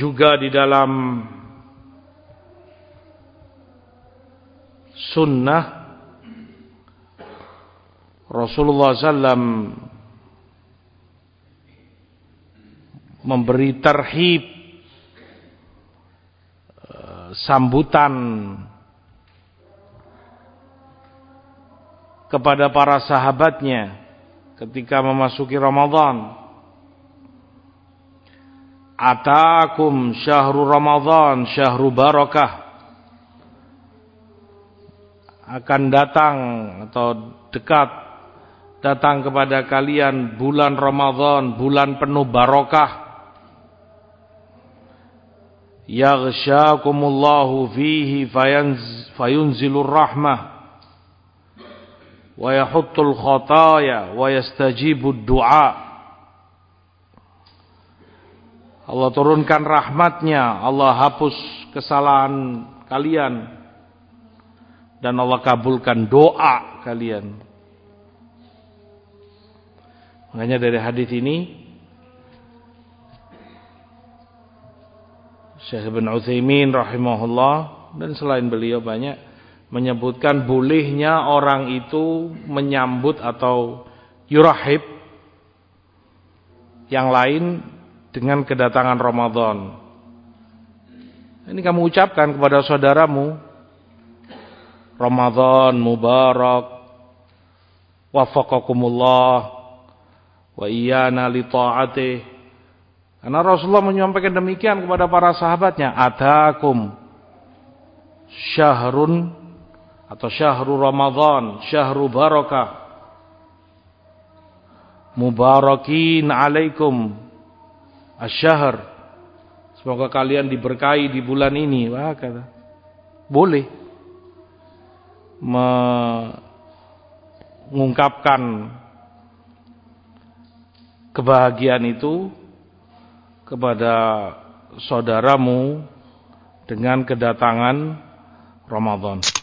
juga di dalam sunnah Rasulullah SAW memberi tarhib, sambutan kepada para sahabatnya ketika memasuki Ramadan. Ataakum syahrul Ramadan syahrul barakah. Akan datang atau dekat datang kepada kalian bulan Ramadan, bulan penuh barakah. Yaghsyakumullahu fihi fayunzilur rahmah wa yahuttul khataya wa yastajibud du'a. Allah turunkan rahmatnya, Allah hapus kesalahan kalian, dan Allah kabulkan doa kalian. Makanya dari hadis ini Syekh Ibn Utsaimin rahimahullah dan selain beliau banyak menyebutkan bolehnya orang itu menyambut atau yurahib yang lain dengan kedatangan Ramadan. Ini kamu ucapkan kepada saudaramu, Ramadan mubarak, wafaqakumullah wa iyana li ta'atih. Karena Rasulullah menyampaikan demikian kepada para sahabatnya, atakum syahrun atau syahrul Ramadan, syahrul barakah, mubarakin alaikum asy-syahr. Semoga kalian diberkahi di bulan ini. Wah, kata. Boleh mengungkapkan kebahagiaan itu kepada saudaramu dengan kedatangan Ramadan.